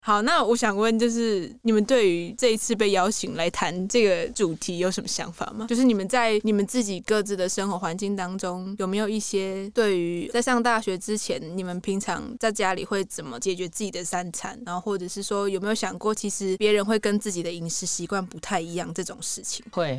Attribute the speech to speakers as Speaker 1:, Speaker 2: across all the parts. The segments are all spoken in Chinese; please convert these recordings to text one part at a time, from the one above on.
Speaker 1: 好，那我想问，就是你们对于这一次被邀请来谈这个主题有什么想法吗？就是你们在你们自己各自的生活环境当中，有没有一些对于在上大学之前，你们平常在家里会怎么解决自己的三餐，然后或者是说有没有想过，其实别人会跟自己的饮食习惯不太一样这种事情？
Speaker 2: 会。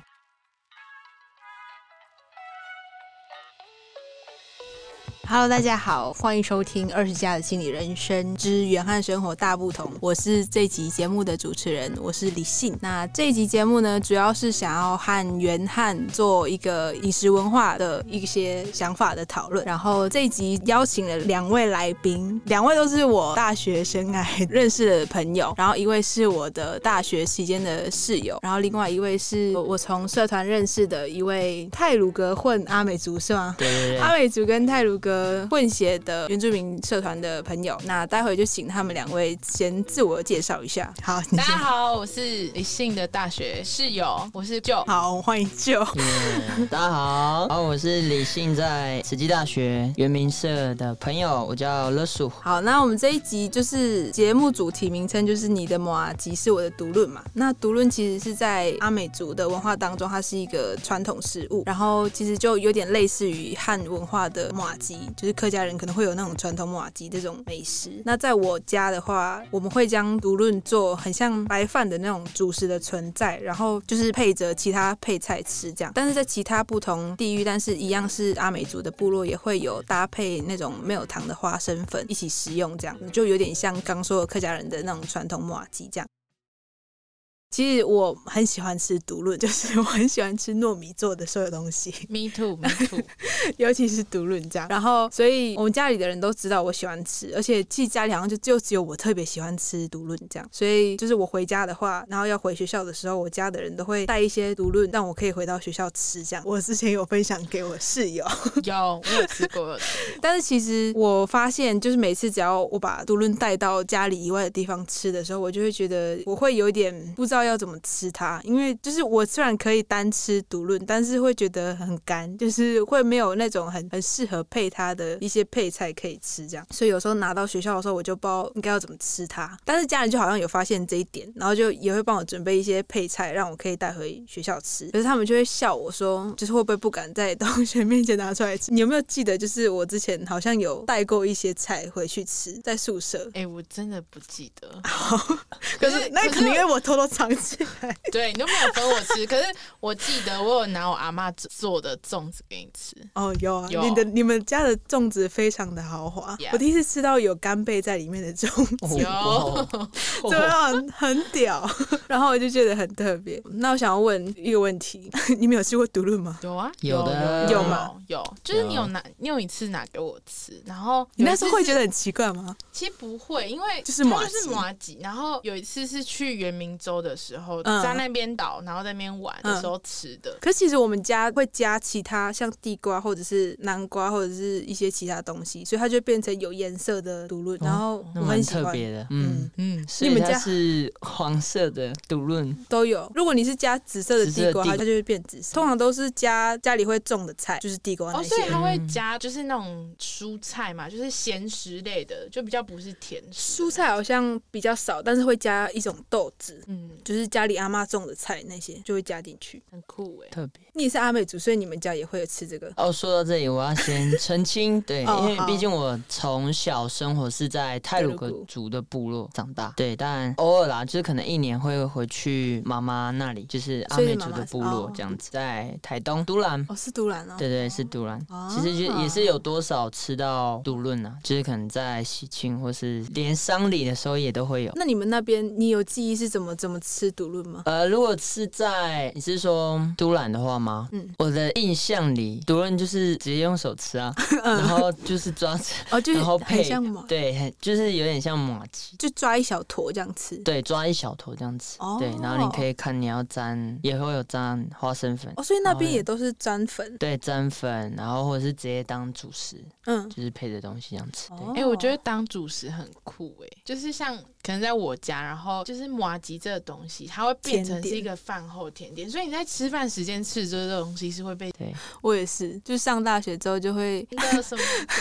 Speaker 1: Hello， 大家好，欢迎收听20+的心理人生之远和生活大不同。我是这集节目的主持人，我是李信。那这一集节目呢，主要是想要和远汉做一个饮食文化的一些想法的讨论。然后这一集邀请了2位来宾，2位都是我大学生涯认识的朋友，然后一位是我的大学期间的室友，然后另外一位是我从社团认识的一位太鲁阁混阿美族，是吗？
Speaker 2: 对，
Speaker 1: 阿美族跟太鲁阁混血的原住民社团的朋友，那待会就请他们2位先自我介绍一下。好，
Speaker 3: 大家好，我是李信的大学室友，我是舅。
Speaker 1: 好，欢迎舅。
Speaker 2: 大家好，我是李信在慈济大学原民社的朋友，我叫乐树。
Speaker 1: 好，那我们这一集就是节目主题名称就是你的麻糬是我的独论嘛。那独论其实是在阿美族的文化当中，它是一个传统食物，然后其实就有点类似于汉文化的麻糬。就是客家人可能会有那种传统麻糬这种美食。那在我家的话，我们会将独论做很像白饭的那种主食的存在，然后就是配着其他配菜吃这样。但是在其他不同地域，但是一样是阿美族的部落，也会有搭配那种没有糖的花生粉一起食用，这样就有点像刚说的客家人的那种传统麻糬这样。其实我很喜欢吃独论，就是我很喜欢吃糯米做的所有东西。
Speaker 3: Me too，
Speaker 1: 尤其是独论这样。然后，所以我们家里的人都知道我喜欢吃，而且其实家里好像就只有我特别喜欢吃独论这样。所以就是我回家的话，然后要回学校的时候，我家的人都会带一些独论，让我可以回到学校吃这样。我之前有分享给我室友，
Speaker 3: 我有吃过。
Speaker 1: 但是其实我发现，就是每次只要我把独论带到家里以外的地方吃的时候，我就会觉得我会有点不知道要怎么吃它，因为就是我虽然可以单吃独论，但是会觉得很干，就是会没有那种很适合配它的一些配菜可以吃这样，所以有时候拿到学校的时候我就不知道应该要怎么吃它。但是家人就好像有发现这一点，然后就也会帮我准备一些配菜让我可以带回学校吃，可是他们就会笑我说，就是会不会不敢在同学面前拿出来吃。你有没有记得就是我之前好像有带过一些菜回去吃在宿舍？
Speaker 3: 我真的不记得。
Speaker 1: 可是那可能因为我偷偷藏起来。
Speaker 3: 对，你都没有分我吃，可是我记得我有拿我阿嬷做的粽子给你吃。
Speaker 1: 哦，有啊，你们家的粽子非常的豪华。我第一次吃到有干贝在里面的粽子，
Speaker 3: 有，
Speaker 1: 对啊，很屌。然后我就觉得很特别。那我想要问一个问题，你们有吃过独论吗？
Speaker 3: 有啊，
Speaker 2: 有的，
Speaker 1: 有吗？
Speaker 3: 有，就是你有一次拿给我吃，然后
Speaker 1: 你那时候会觉得很奇怪吗？
Speaker 3: 其实不会，因为
Speaker 1: 就是麻
Speaker 3: 糬。然后有一次是去原民州的时候，在那边岛，然后在那边玩的时候吃的。
Speaker 1: 可是其实我们家会加其他像地瓜或者是南瓜或者是一些其他东西，所以它就变成有颜色的独论。然后我很喜欢，
Speaker 2: 特别的，
Speaker 1: 所以
Speaker 2: 你们家是黄色的独论
Speaker 1: 都有。如果你是加紫色的地瓜，它就会变紫色。通常都是加家里会种的菜，就是地瓜那些。
Speaker 3: 所以它会加就是那种蔬菜嘛，就是咸食类的，就比较不是甜食。
Speaker 1: 蔬菜好像比较少，但是会加一种豆子，就是家里阿嬷种的菜那些就会加进去，
Speaker 3: 很酷
Speaker 2: 特别。
Speaker 1: 你也是阿美族，所以你们家也会有吃这个？
Speaker 2: 说到这里，我要先澄清，对，因为毕竟我从小生活是在太鲁阁族的部落长大，对，但偶尔啦，就是可能1年会回去妈妈那里，就是阿美族的部落这样子，在台东都兰。
Speaker 1: 是都兰哦。
Speaker 2: 对，是都兰。其实就也是有多少吃到独论啊，就是可能在喜庆或是连丧礼的时候也都会有。
Speaker 1: 那你们那边你有记忆是怎么吃独论吗？
Speaker 2: 如果是在你是说都兰的话吗？我的印象里独论就是直接用手吃啊，然后就是抓
Speaker 1: 就是
Speaker 2: 然后
Speaker 1: 很像麻，
Speaker 2: 对，就是有点像麻糬，
Speaker 1: 就抓一小坨这样吃。
Speaker 2: 对，抓一小坨这样吃。对，然后你可以看你要沾，也会有沾花生粉。
Speaker 1: 所以那边也都是沾粉。
Speaker 2: 对，沾粉，然后或者是直接当主食，就是配着东西这样吃。
Speaker 3: 我觉得当主食很酷就是像可能在我家，然后就是麻糬这个东西，它会变成是一个饭后甜点，所以你在吃饭时间吃这个东西是会被。
Speaker 1: 对，我也是，就上大学之后就会
Speaker 3: 那个什么的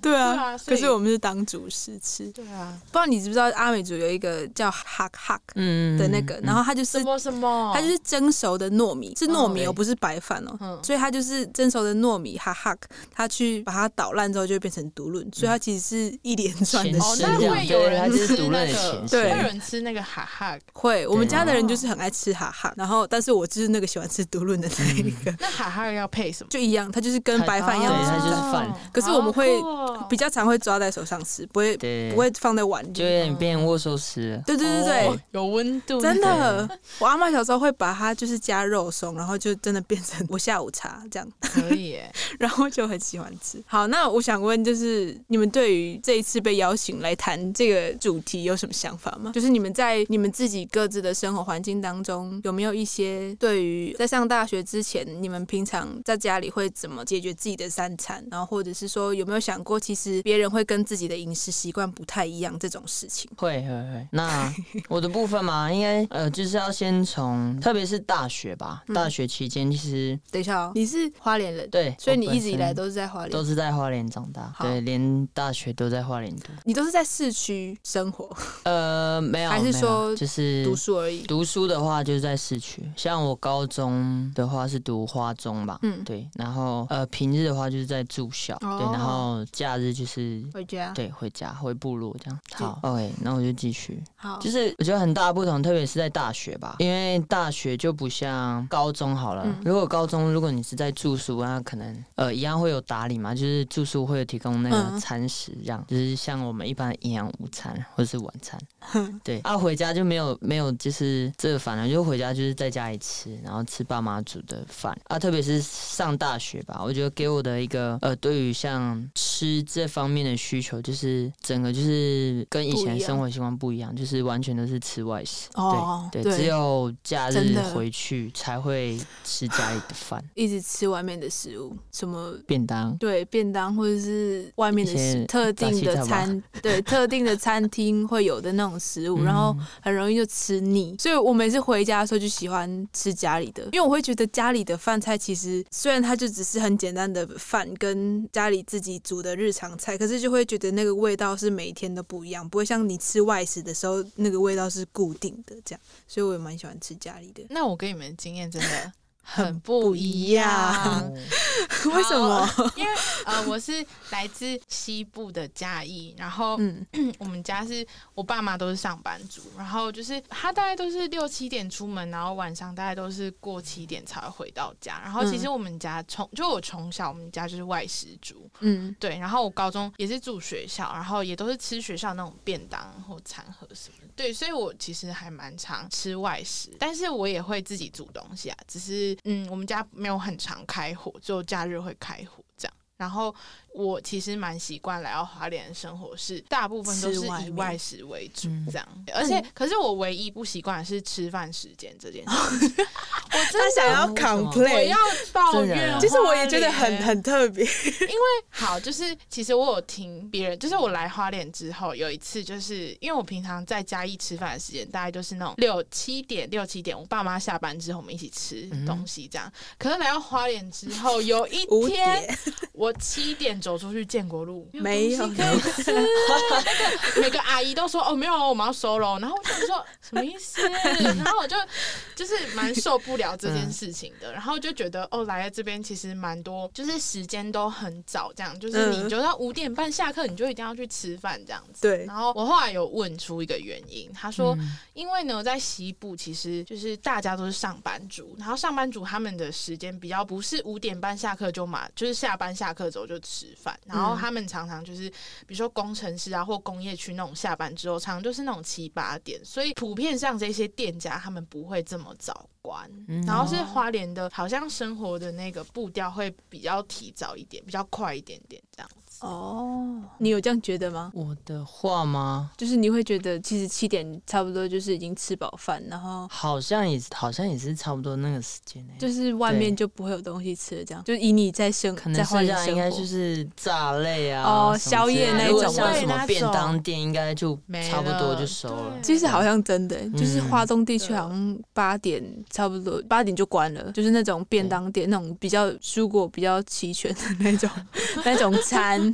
Speaker 1: 对啊，可是我们是当主食吃。
Speaker 3: 对啊，
Speaker 1: 不知道你知不知道阿美族有一个叫 hak hak 的那个，然后它就是
Speaker 3: 什么，
Speaker 1: 它就是蒸熟的糯米，是糯米不是白饭哦，所以它就是蒸熟的糯米 hak hak， 它去把它捣烂之后就会变成独论，所以它其实是一连串的食物。
Speaker 3: 那会有人吃
Speaker 2: 独论的前身，
Speaker 3: 会有人吃那个 hak hak，
Speaker 1: 会，我们家的人就是很爱吃 hak hak， 然后但是我就是那个喜欢吃独论的那一个。
Speaker 3: 那 hak hak 要配什么？
Speaker 1: 就一样，它就是跟白饭一样，
Speaker 2: 对，它就是饭。
Speaker 1: 可是我们会比较常会抓在手上吃，不会放在碗里，
Speaker 2: 就有点变握寿司了。
Speaker 1: 对对对对，
Speaker 3: 有温度，
Speaker 1: 真的。我阿嬷小时候会把它就是加肉松，然后就真的变成我下午茶这样，
Speaker 3: 可以耶。
Speaker 1: 然后就很喜欢吃。好，那我想问，就是你们对于这一次被邀请来谈这个主题有什么想法吗？就是你们在你们自己各自的生活环境当中，有没有一些对于在上大学之前，你们平常在家里会怎么解决自己的三餐，然后或者是说有没有想过，其实别人会跟自己的饮食习惯不太一样这种事情？
Speaker 2: 会。那我的部分嘛，应该就是要先从，特别是大学吧，大学期间其实。
Speaker 1: 等一下哦，你是花莲人，
Speaker 2: 对，
Speaker 1: 所以你一直以来都是在花莲，
Speaker 2: 都是在花莲长大，对，连大学都在花莲读。
Speaker 1: 你都是在市区生活？
Speaker 2: 没有，
Speaker 1: 还是说
Speaker 2: 就是
Speaker 1: 读书而已？
Speaker 2: 读书的话就是在市区，像我高中的话是读花中吧，对，然后平日的话就是在住校，对，然后假日就是
Speaker 1: 回家，
Speaker 2: 对，回家回部落这样。好 ，OK， 那我就继续。
Speaker 1: 好，
Speaker 2: 就是我觉得很大不同，特别是在大学吧，因为大学就不像高中好了。如果高中如果你是在住宿，那可能一样会有打理嘛，就是住宿会有提供那个餐食，这样就是像我们一般的营养午餐或者是晚餐。对，回家就没有就是这个反而就回家就是在家里吃，然后吃爸妈煮的饭特别是上大学吧，我觉得给我的一个对于像吃这方面的需求，就是整个就是跟以前生活习惯不一样，就是完全都是吃外食。对，只有假日回去才会吃家里的饭，
Speaker 1: 一直吃外面的食物，什么
Speaker 2: 便当，
Speaker 1: 对，便当或者是外面的特定的餐，对，特定的餐厅会有的那种食物，然后很容易就吃腻，所以我每次回家的时候就喜欢吃家里的，因为我会觉得家里的饭菜其实虽然它就只是很简单的饭跟家里自己煮的日常菜，可是就会觉得那个味道是每一天都不一样，不会像你吃外食的时候那个味道是固定的这样，所以我也蛮喜欢吃家里的。
Speaker 3: 那我跟你们的经验真的很不一样。
Speaker 1: 为什么？
Speaker 3: 因为我是来自西部的嘉义，然后我们家是我爸妈都是上班族，然后就是他大概都是6、7点出门，然后晚上大概都是过7点才会回到家。然后其实我们家我从小我们家就是外食族，对，然后我高中也是住学校，然后也都是吃学校那种便当或餐盒什么的，对，所以我其实还蛮常吃外食，但是我也会自己煮东西啊，只是我们家没有很常开火，只有假日会开火这样。然后我其实蛮习惯来到花莲的生活，是大部分都是以外食为主这样。而且，可是我唯一不习惯的是吃饭时间这件事。我真的
Speaker 1: 想要 complain，
Speaker 3: 我要抱怨。
Speaker 1: 其实我也觉得很特别，
Speaker 3: 因为好，就是其实我有听别人，就是我来花莲之后有一次，就是因为我平常在嘉义吃饭的时间大概就是那种6、7点，我爸妈下班之后我们一起吃东西这样。可是来到花莲之后，有一天我7点走出去建国路，
Speaker 1: 没有
Speaker 3: 可以吃，每个阿姨都说没有，我们要收了。然后我想说什么意思？然后我就是蛮受不了这件事情的，然后就觉得来了这边其实蛮多，就是时间都很早，这样就是你就要5点半下课，你就一定要去吃饭这样子。
Speaker 1: 对。
Speaker 3: 然后我后来有问出一个原因，他说，因为呢在西部其实就是大家都是上班族，然后上班族他们的时间比较不是5点半下课就是下班下课之后就吃饭，然后他们常常就是比如说工程师啊或工业区那种下班之后，常常就是那种7、8点，所以普遍上这些店家他们不会这么早关，然后是花莲的好像生活的那个步调会比较提早一点，比较快一点点这样子。
Speaker 1: 你有这样觉得吗？
Speaker 2: 我的话吗？
Speaker 1: 就是你会觉得其实7点差不多就是已经吃饱饭，然后
Speaker 2: 好像也是差不多那个时间
Speaker 1: 就是外面就不会有东西吃了，这样就以你在
Speaker 2: 可能剩下应该就是炸类
Speaker 1: 宵夜那种，
Speaker 2: 像什么便当店应该就差不多就收了。
Speaker 1: 其实好像真的就是花东地区好像8点差不多8点就关了，就是那种便当店那种比较蔬果比较齐全的那种餐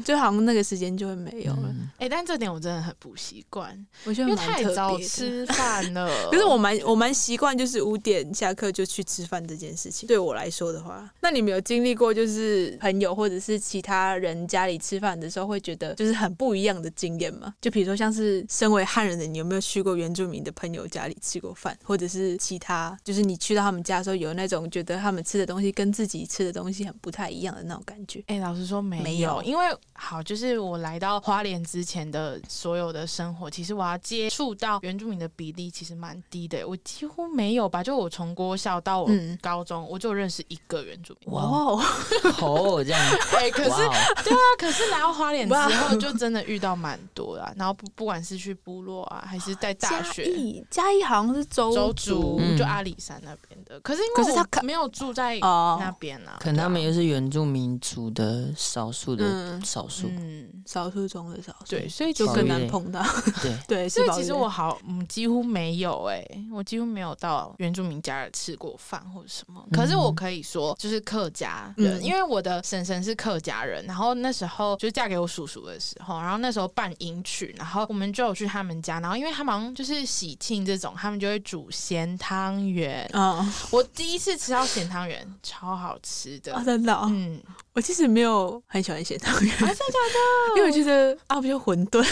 Speaker 1: 就好像那个时间就会没有了。
Speaker 3: 但这点我真的很不习惯，
Speaker 1: 我觉得
Speaker 3: 因为太早吃饭了。
Speaker 1: 可是我蛮习惯，就是5点下课就去吃饭这件事情。对我来说的话，那你们有经历过就是朋友或者是其他人家里吃饭的时候，会觉得就是很不一样的经验吗？就比如说像是身为汉人的你，有没有去过原住民的朋友家里吃过饭，或者是其他，就是你去到他们家的时候，有那种觉得他们吃的东西跟自己吃的东西很不太一样的那种感觉？
Speaker 3: 老实说没有，因为好，就是我来到花莲之前的所有的生活，其实我要接触到原住民的比例其实蛮低的，我几乎没有吧。就我从国小到我高中，我就认识1个原住民。
Speaker 2: 哇哦，这样。
Speaker 3: 可是对啊，可是来到花莲之后，就真的遇到蛮多啦。然后不管是去部落啊，还是在大学，
Speaker 1: 嘉义好像是州族，
Speaker 3: 就阿里山那边的。可是因为我没有住在那边啊，
Speaker 2: 可能他们又是原住民族的少数的少数，
Speaker 1: 少数中的少数，
Speaker 3: 对，所以
Speaker 1: 就更难碰到。对，
Speaker 3: 所以其实我几乎没有我几乎没有到原住民家吃过饭或者什么。可是我可以说，就是客家人，因为我的婶婶是客家人，然后那时候就是嫁给我叔叔的时候，然后那时候办迎娶，然后我们就有去他们家，然后因为他们好像就是喜庆这种，他们就会煮咸汤圆。我第一次吃到咸汤圆，超好吃的。真的。
Speaker 1: 我其实没有很喜欢咸汤圆，
Speaker 3: 真的假的？
Speaker 1: 因为我觉得不就馄饨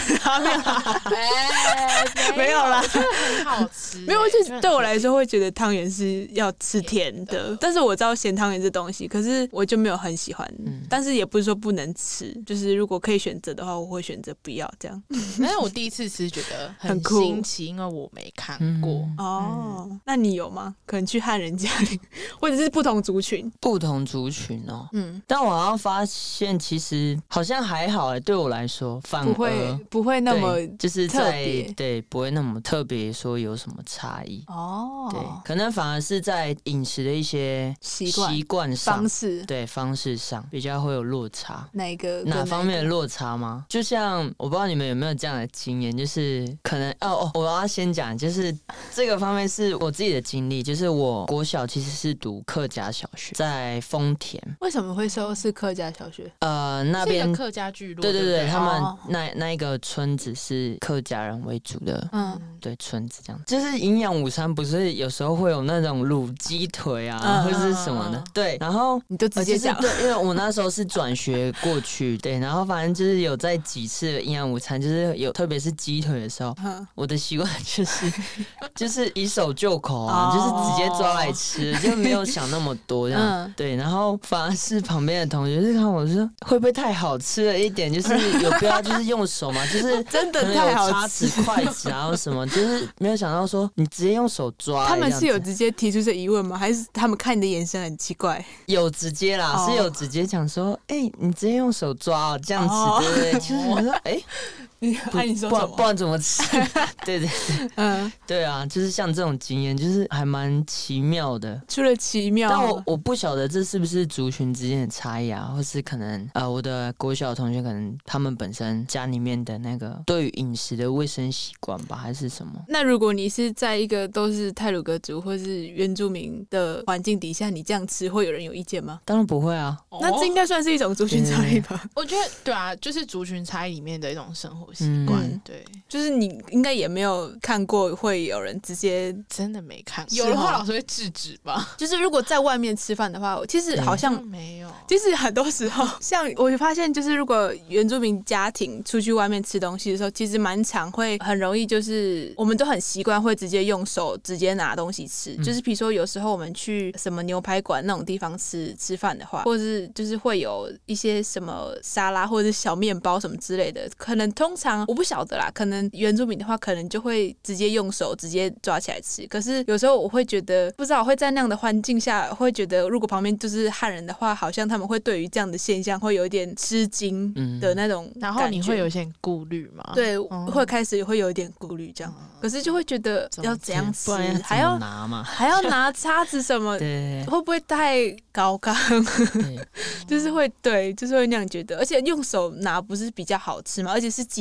Speaker 1: 没有啦，
Speaker 3: 我觉得很好吃。
Speaker 1: 没有，就对我来说会觉得汤圆是要吃甜的，但是我知道咸汤圆这东西，可是我就没有很喜欢。但是也不是说不能吃，就是如果可以选择的话，我会选择不要这样。
Speaker 3: 但是我第一次吃觉得很新奇，因为我没看过。
Speaker 1: 那你有吗？可能去汉人家里，或者是不同族群
Speaker 2: 哦。但我好像发现其实好像还好对我来说反而
Speaker 1: 不会那么
Speaker 2: 就是
Speaker 1: 特别，
Speaker 2: 对，不会那么特别说有什么差异对，可能反而是在饮食的一些习惯上方式上比较会有落差。哪方面的落差吗？就像我不知道你们有没有这样的经验，就是可能我要先讲，就是这个方面是我自己的经历，就是我国小其实是读客家小学，在丰田。
Speaker 1: 为什么会说是客家小学？
Speaker 3: 那边是一个客家聚落，
Speaker 2: 对，他们那一个村子是客家人为主的，对，村子这样。就是营养午餐不是有时候会有那种卤鸡腿啊，或是什么的，对，然后
Speaker 1: 你就直接讲，
Speaker 2: 对，因为我那时候是转学过去，对，然后反正就是有在几次营养午餐，就是有特别是鸡腿的时候，我的习惯就是以手就口啊，就是直接抓来吃，就没有想那么多这样，对，然后反而是旁边的同学是看我说会不会太好吃了一点，就是有必要就是用手嘛，就是
Speaker 1: 真的太好吃，
Speaker 2: 叉子筷子然后什么，就是没有想到说你直接用手抓。
Speaker 1: 他们是有直接提出这疑问吗？还是他们看你的眼神很奇怪？
Speaker 2: 有直接啦，是有直接讲说，你直接用手抓这样子，对不对？就是我说，
Speaker 1: 你说什么？
Speaker 2: 不然怎么吃？对，对啊，就是像这种经验，就是还蛮奇妙的。
Speaker 1: 除了奇妙，
Speaker 2: 但我不晓得这是不是族群之间的差异啊，或是可能我的国小同学可能他们本身家里面的那个对于饮食的卫生习惯吧，还是什么？
Speaker 1: 那如果你是在一个都是太鲁阁族或是原住民的环境底下，你这样吃会有人有意见吗？
Speaker 2: 当然不会啊。
Speaker 1: 那这应该算是一种族群差异吧？
Speaker 3: 我觉得对啊，就是族群差异里面的一种生活习惯。对，
Speaker 1: 就是你应该也没有看过会有人直接，
Speaker 3: 真的没看过。有的话老师会制止吧。
Speaker 1: 就是如果在外面吃饭的话，其实好像
Speaker 3: 没有。
Speaker 1: 其实很多时候，像我发现，就是如果原住民家庭出去外面吃东西的时候，其实蛮常会很容易，就是我们都很习惯会直接用手直接拿东西吃。就是比如说有时候我们去什么牛排馆那种地方吃饭的话，或者是就是会有一些什么沙拉或者是小面包什么之类的，可能通常我不晓得啦，可能原住民的话可能就会直接用手直接抓起来吃。可是有时候我会觉得，不知道我会在那样的环境下会觉得，如果旁边就是汉人的话，好像他们会对于这样的现象会有一点吃惊的那种感觉，
Speaker 3: 然后你会有一些顾虑吗？
Speaker 1: 对，会开始会有一点顾虑这样。可是就会觉得要怎样吃，还要
Speaker 2: 拿嘛，
Speaker 1: 还要拿叉子什么，会不会太高纲？就是会对，就是会那样觉得。而且用手拿不是比较好吃嘛，而且是鸡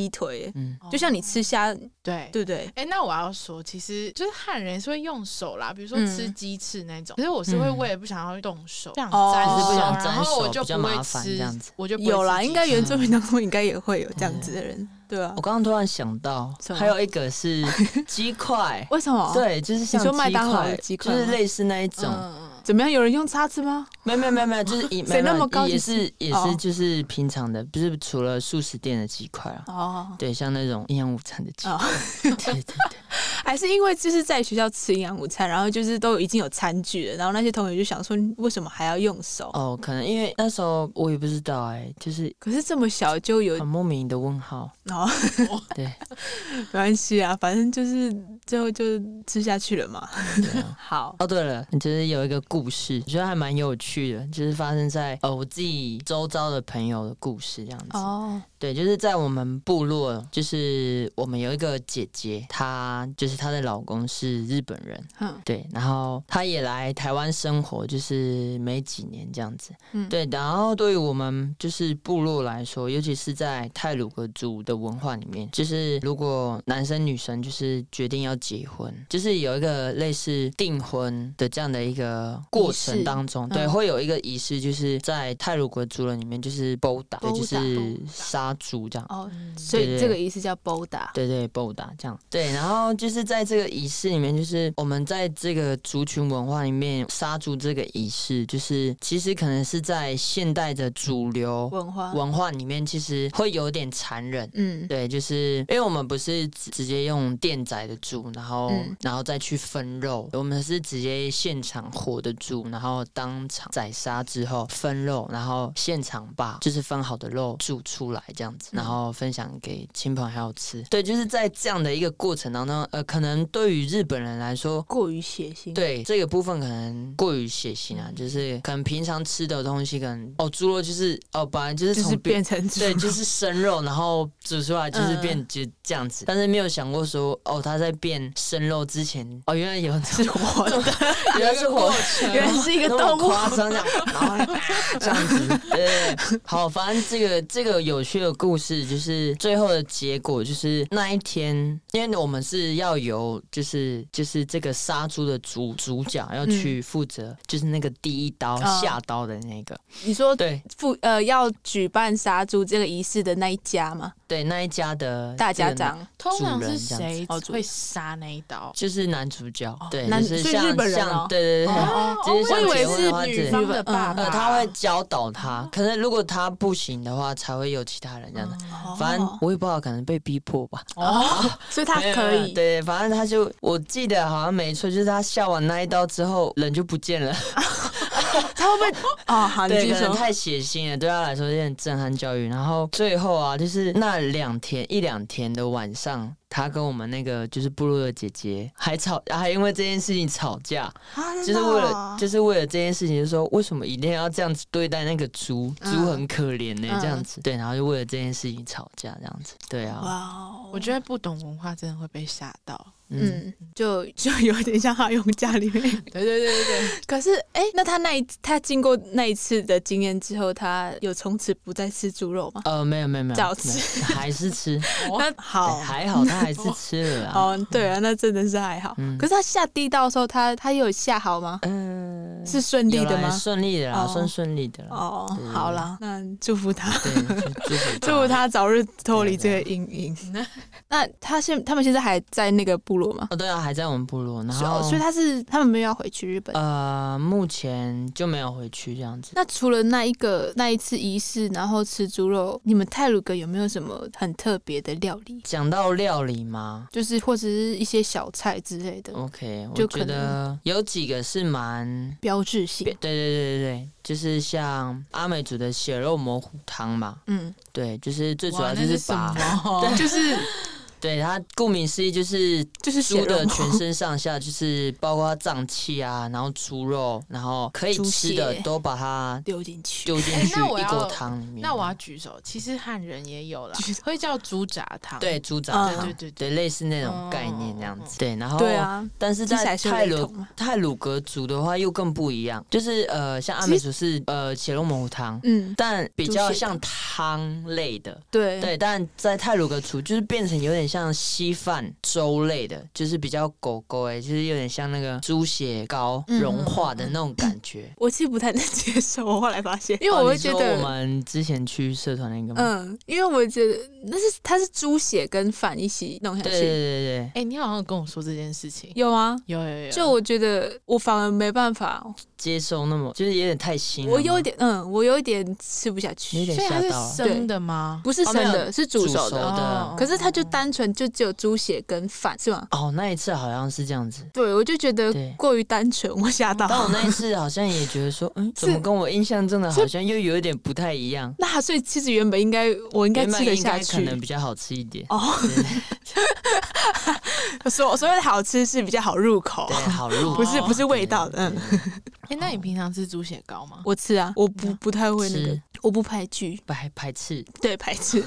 Speaker 1: 鸡腿，就像你吃虾，
Speaker 3: 对
Speaker 1: 对不对？
Speaker 3: 那我要说，其实就是汉人是会用手啦，比如说吃鸡翅那种，可是我是会为了不想要动手，不想沾手，然后我就不会吃这样子，我就不会吃
Speaker 1: 有啦，应该原住民当中应该也会有这样子的人。对啊，
Speaker 2: 我刚刚突然想到，还有一个是鸡块，
Speaker 1: 为什么？
Speaker 2: 对，就是像
Speaker 1: 你说麦当劳的鸡块，
Speaker 2: 就是类似那一种。
Speaker 1: 怎么样？有人用叉子吗？
Speaker 2: 没有，就是
Speaker 1: 谁那么高级？
Speaker 2: 也是就是平常的，不是除了素食店的鸡块啊。对，像那种营养午餐的鸡块。对。
Speaker 1: 还是因为就是在学校吃营养午餐，然后就是都已经有餐具了，然后那些同学就想说，为什么还要用手？
Speaker 2: 可能因为那时候我也不知道就是。
Speaker 1: 可是这么小就有
Speaker 2: 很莫名的问号。对，
Speaker 1: 没关系啊，反正就是最后就吃下去了嘛。好。
Speaker 2: 对了，就是有一个故事，我觉得还蛮有趣的，就是发生在我自己周遭的朋友的故事这样子。对，就是在我们部落，就是我们有一个姐姐，她的老公是日本人，对，然后她也来台湾生活，就是没几年这样子，对，然后对于我们就是部落来说，尤其是在太鲁阁族的文化里面，就是如果男生女生就是决定要结婚，就是有一个类似订婚的这样的一个过程当中，对，会有一个仪式，就是在太鲁阁族人里面就是包打，对，就是杀猪这样。
Speaker 1: 所以这个仪式叫包打。
Speaker 2: 对，包打这样。对，然后就是在这个仪式里面，就是我们在这个族群文化里面，杀猪这个仪式，就是其实可能是在现代的主流文化里面，其实会有点残忍。对，就是因为我们不是直接用电宰的猪，然后再去分肉，我们是直接现场活的猪，然后当场宰杀之后分肉，然后现场把就是分好的肉煮出来这样子，然后分享给亲朋好友吃。对，就是在这样的一个过程当中，可能对于日本人来说
Speaker 1: 过于血腥。
Speaker 2: 对，这个部分可能过于血腥啊，就是可能平常吃的东西，可能猪肉就是本来就是从
Speaker 1: 变成猪，
Speaker 2: 对，就是生肉，然后煮出来就是变就这样子，但是没有想过说他在变生肉之前，原来有是活的，原来是活的，
Speaker 1: 原来是一个动物，
Speaker 2: 夸张这样，然后这样子，对，好，反正这个有趣的故事就是最后的结果就是那一天，因为我们是要由就是这个杀猪的主角要去负责，就是那个第一刀下刀的那个。
Speaker 1: 你说
Speaker 2: 对，
Speaker 1: 要举办杀猪这个仪式的那一家吗？
Speaker 2: 对，那一家的
Speaker 1: 大家长，
Speaker 3: 通常是谁会杀那一刀？
Speaker 2: 就是男主角，对，
Speaker 1: 就是像
Speaker 2: 日本人对，就是
Speaker 1: 我以为是
Speaker 3: 女方的爸爸，
Speaker 2: 他会教导他，可是如果他不行的话，才会有其他人这样子。反正我也不知道，可能被逼迫吧。
Speaker 1: 所以他可以，
Speaker 2: 对，反正他就，我记得好像没错，就是他下完那一刀之后，人就不见了。
Speaker 1: 他会不会好，
Speaker 2: 对，可能太血腥了，对他来说有点震撼教育。然后最后啊，就是那一两天的晚上，他跟我们那个就是部落的姐姐还因为这件事情吵架，就是为了这件事情，就说为什么一定要这样子对待那个猪很可怜呢，这样子，对，然后就为了这件事情吵架这样子，对啊。
Speaker 1: 哇，
Speaker 3: 我觉得不懂文化真的会被吓到。
Speaker 1: 就有点像他用家里面，
Speaker 3: 对。
Speaker 1: 可是，那他经过那一次的经验之后，他有从此不再吃猪肉吗？
Speaker 2: 没有，
Speaker 1: 照吃，
Speaker 2: 还是吃。
Speaker 1: 那好，
Speaker 2: 还好，他还是吃了啊。
Speaker 1: 对啊，那真的是还好。可是他下第一刀的时候，他有下好吗？是顺利的吗？
Speaker 2: 顺利的啦，算顺利的啦。
Speaker 1: 好啦，那祝福他，
Speaker 2: 祝
Speaker 1: 福他早日脱离这个阴影。那他们现在还在那个部落吗？
Speaker 2: 对啊，还在我们部落。然后，
Speaker 1: 所以他们没有要回去日本。
Speaker 2: 目前就没有回去这样子。
Speaker 1: 那除了那一次仪式，然后吃猪肉，你们太鲁阁有没有什么很特别的料理？
Speaker 2: 讲到料理吗？
Speaker 1: 就是或者是一些小菜之类的。
Speaker 2: OK， 我觉得有几个是蛮
Speaker 1: 标志性。
Speaker 2: 对，就是像阿美族的血肉模糊汤嘛。对，就是最主要就是把，
Speaker 3: 就是
Speaker 2: 对，它顾名思义就是猪的全身上下，就是包括脏器啊，然后猪肉，然后可以吃的都把它丢进去一锅汤里面。
Speaker 3: 那我要举手，其实汉人也有啦，会叫猪杂汤。
Speaker 2: 对，猪杂汤，对，类似那种概念这样子。对，然后对啊，但是在太鲁阁族的话又更不一样，就是像阿美族是血肉模糊汤，但比较像汤类的，对，但在太鲁阁族就是变成有点像稀饭粥类的，就是比较狗狗就是有点像那个猪血糕融化的那种感觉。
Speaker 1: 我其实不太能接受，我后来发现，因为我会觉得
Speaker 2: 我们之前去社团那个吗？
Speaker 1: 因为我觉得它是猪血跟饭一起弄下去。
Speaker 2: 对。
Speaker 3: 你好像跟我说这件事情，
Speaker 1: 有吗？
Speaker 3: 有。
Speaker 1: 就我觉得我反而没办法
Speaker 2: 接受，那么就是有点太腥了。
Speaker 1: 我有一点吃不下去。
Speaker 2: 有点吓到
Speaker 3: 了。所以它是生的吗？
Speaker 1: 不是生的，是煮熟的。可是它就单纯就只有猪血跟饭，是吗？
Speaker 2: 那一次好像是这样子。
Speaker 1: 对，我就觉得过于单纯，我吓到。
Speaker 2: 但我那一次好像也觉得说，怎么跟我印象中的好像又有一点不太一样。
Speaker 1: 那所以其实原本我应该吃得下去，
Speaker 2: 可能比较好吃一点。
Speaker 1: 所谓的好吃是比较好入口，
Speaker 2: 对，好入
Speaker 1: 口，不是味道的。
Speaker 3: 那你平常吃猪血糕吗？
Speaker 1: 我吃啊，我不太会那个，我不排拒，
Speaker 2: 排斥，
Speaker 1: 对，排斥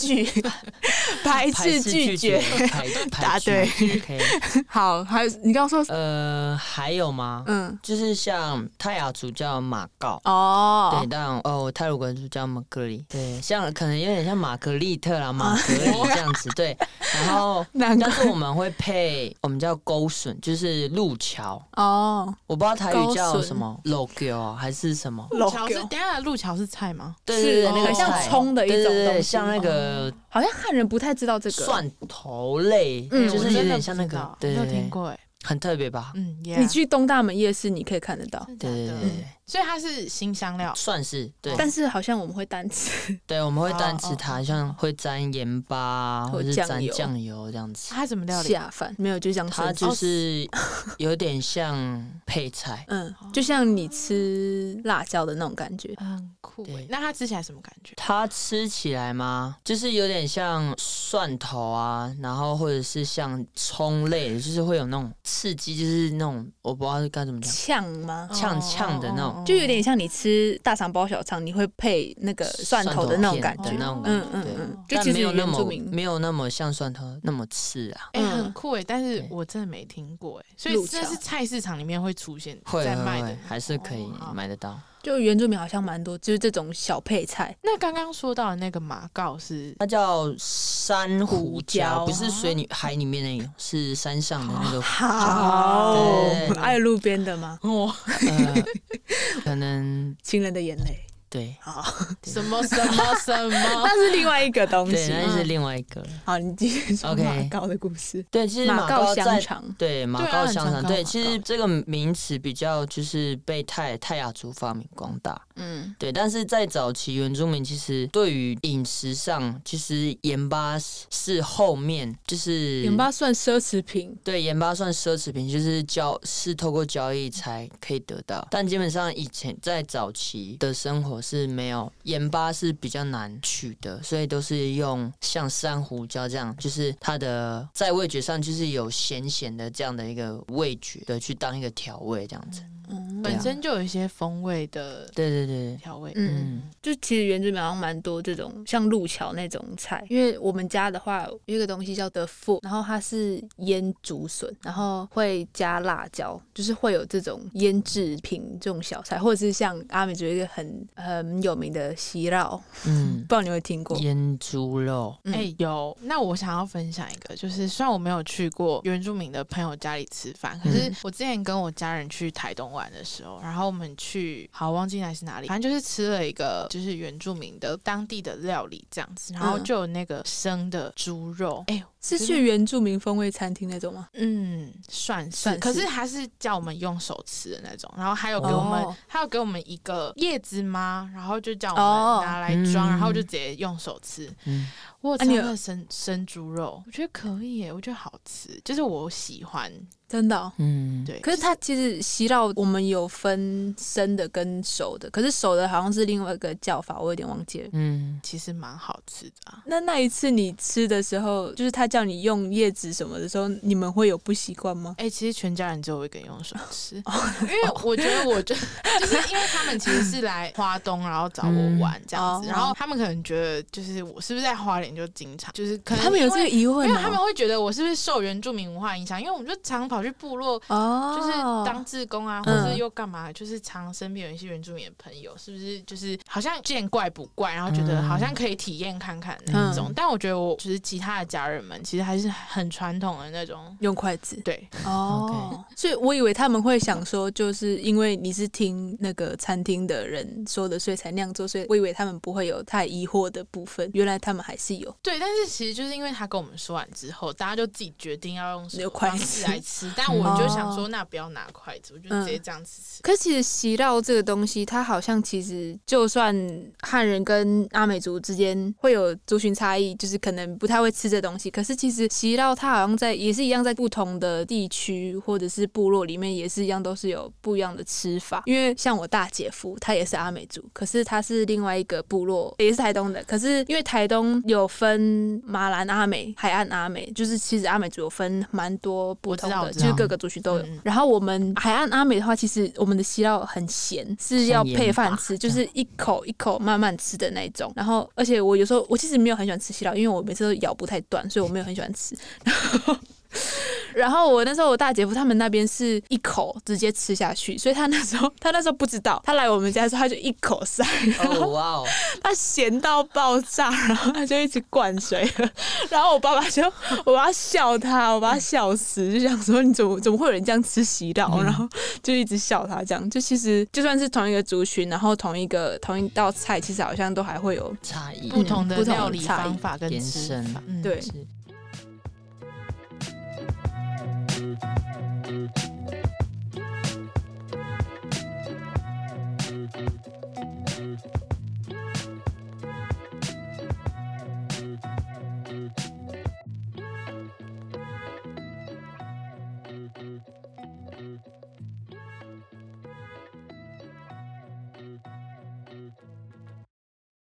Speaker 1: 拒绝，
Speaker 2: 答对。
Speaker 1: 好，还有你刚刚
Speaker 2: 说还有吗？就是像泰雅族叫马告对，但泰鲁格族叫马格里，对，像可能有点像玛格丽特啦、马格里这样子，对。然后，但是我们会配我们叫勾笋，就是路桥我不知道台语叫什么，logo 还是什么？
Speaker 3: 路桥是等一下路桥是菜吗？
Speaker 2: 对，那个
Speaker 1: 像葱的一种东西，
Speaker 2: 像那个
Speaker 1: 好像汉人不太知道这个
Speaker 2: 蒜头类，就是有点像那个，
Speaker 3: 没有听过
Speaker 2: 很特别吧？
Speaker 1: 你去东大门夜市你可以看得到，
Speaker 2: 对。
Speaker 3: 所以它是新香料，
Speaker 2: 算是对，
Speaker 1: 但是好像我们会单吃，
Speaker 2: 对，我们会单吃它，像会沾盐巴或者是沾酱油这样子。
Speaker 3: 它怎么料理？
Speaker 1: 下饭没有，就这样。
Speaker 2: 它就是有点像配菜，
Speaker 1: 就像你吃辣椒的那种感觉，
Speaker 3: 很酷。那它吃起来什么感觉？
Speaker 2: 它吃起来吗？就是有点像蒜头啊，然后或者是像葱类的，就是会有那种刺激，就是那种我不知道该怎么讲，
Speaker 1: 呛吗？
Speaker 2: 呛的那种。
Speaker 1: 就有点像你吃大肠包小肠，你会配那个蒜头的那种感觉，
Speaker 2: 就其实没有那么像蒜头那么刺啊。
Speaker 3: 很酷但是我真的没听过所以这是菜市场里面会出现在卖的，
Speaker 2: 还是可以买得到。
Speaker 1: 就原住民好像蛮多，就是这种小配菜。
Speaker 3: 那刚刚说到的那个马告是
Speaker 2: 它叫山胡椒，不是海里面那种，是山上的那个。
Speaker 1: 好，爱路边的吗？
Speaker 2: 可能
Speaker 1: 情人的眼泪。
Speaker 2: 对，
Speaker 1: 好，
Speaker 3: 什么，那
Speaker 1: 是另外一个东西，
Speaker 2: 对，那是另外一个。
Speaker 1: 好，你继续说马告的故事。
Speaker 2: 对，其实
Speaker 1: 马告香肠，
Speaker 2: 对，马告香肠，对，其实这个名词比较就是被泰雅族发明光大，对，但是在早期原住民其实对于饮食上，其实盐巴是后面，就是
Speaker 1: 盐巴算奢侈品，
Speaker 2: 对，盐巴算奢侈品，就是是透过交易才可以得到，但基本上以前在早期的生活是没有盐巴是比较难取的，所以都是用像山胡椒这样，就是它的在味觉上就是有咸咸的这样的一个味觉的去当一个调味这样子。
Speaker 3: 本身就有一些风味的，
Speaker 2: 对
Speaker 3: 调味，
Speaker 1: 就其实原住民好像蛮多这种像路桥那种菜，因为我们家的话有一个东西叫德富，然后它是腌竹笋，然后会加辣椒，就是会有这种腌制品这种小菜，或者是像阿美族一个很有名的西烙，不知道你有没有听过
Speaker 2: 腌猪肉？
Speaker 3: 有。那我想要分享一个，就是虽然我没有去过原住民的朋友家里吃饭，可是我之前跟我家人去台东玩的时候，然后我们去忘记那是哪里，反正就是吃了一个就是原住民的当地的料理这样子，然后就有那个生的猪肉，
Speaker 1: 是去原住民风味餐厅那种吗？
Speaker 3: 算是，可是还是叫我们用手吃的那种，然后还有给我们一个叶子吗？然后就叫我们拿来装，然后就直接用手吃。我吃那生猪肉，我觉得可以耶，我觉得好吃，就是我喜欢。
Speaker 1: 真的，
Speaker 3: 对。
Speaker 1: 可是它其实西烙我们有有分生的跟熟的，可是熟的好像是另外一个叫法，我有点忘记了。
Speaker 3: 其实蛮好吃的啊。
Speaker 1: 那一次你吃的时候，就是他叫你用叶子什么的时候，你们会有不习惯吗？
Speaker 3: 其实全家人只有我一个人用手吃，因为我觉得就是因为他们其实是来花东，然后找我玩这样子，然后他们可能觉得就是我是不是在花莲就经常就是可能
Speaker 1: 他们有这个疑问，
Speaker 3: 因为他们会觉得我是不是受原住民文化影响，因为我们就常跑去部落，就是当志工啊，或是又干嘛，就是常身边有一些原住民的朋友，是不是就是好像见怪不怪，然后觉得好像可以体验看看那种。但我觉得我就是其他的家人们，其实还是很传统的那种
Speaker 1: 用筷子。
Speaker 3: 对
Speaker 1: 所以我以为他们会想说，就是因为你是听那个餐厅的人说的，所以才那样做，所以我以为他们不会有太疑惑的部分，原来他们还是有。
Speaker 3: 对，但是其实就是因为他跟我们说完之后，大家就自己决定要用什么方式来吃，但我就想说，那不要拿筷子，我就直接这样吃。
Speaker 1: 可是其实席烙这个东西，它好像其实就算汉人跟阿美族之间会有族群差异，就是可能不太会吃这东西，可是其实席烙它好像也是一样，在不同的地区或者是部落里面也是一样，都是有不一样的吃法。因为像我大姐夫，他也是阿美族，可是他是另外一个部落，也是台东的。可是因为台东有分马兰阿美、海岸阿美，就是其实阿美族有分蛮多不同的，就是各个族群都有。然后我们海岸阿美的话，其实我们的席烙很咸，是要配饭吃，就是一口一口慢慢吃的那种。然后而且我有时候我其实没有很喜欢吃席烙，因为我每次都咬不太断，所以我没有很喜欢吃。然后我那时候我大姐夫他们那边是一口直接吃下去，所以他那时候不知道，他来我们家的时候他就一口塞，他咸到爆炸，然后他就一直灌水了，然后我爸笑他，我把他笑死，就想说你怎么会有人这样吃席烙，然后就一直笑他这样，就其实就算是同一个族群，然后同一道菜，其实好像都还会有
Speaker 2: 差异，
Speaker 3: 不同的料理方法跟吃法。
Speaker 1: 对，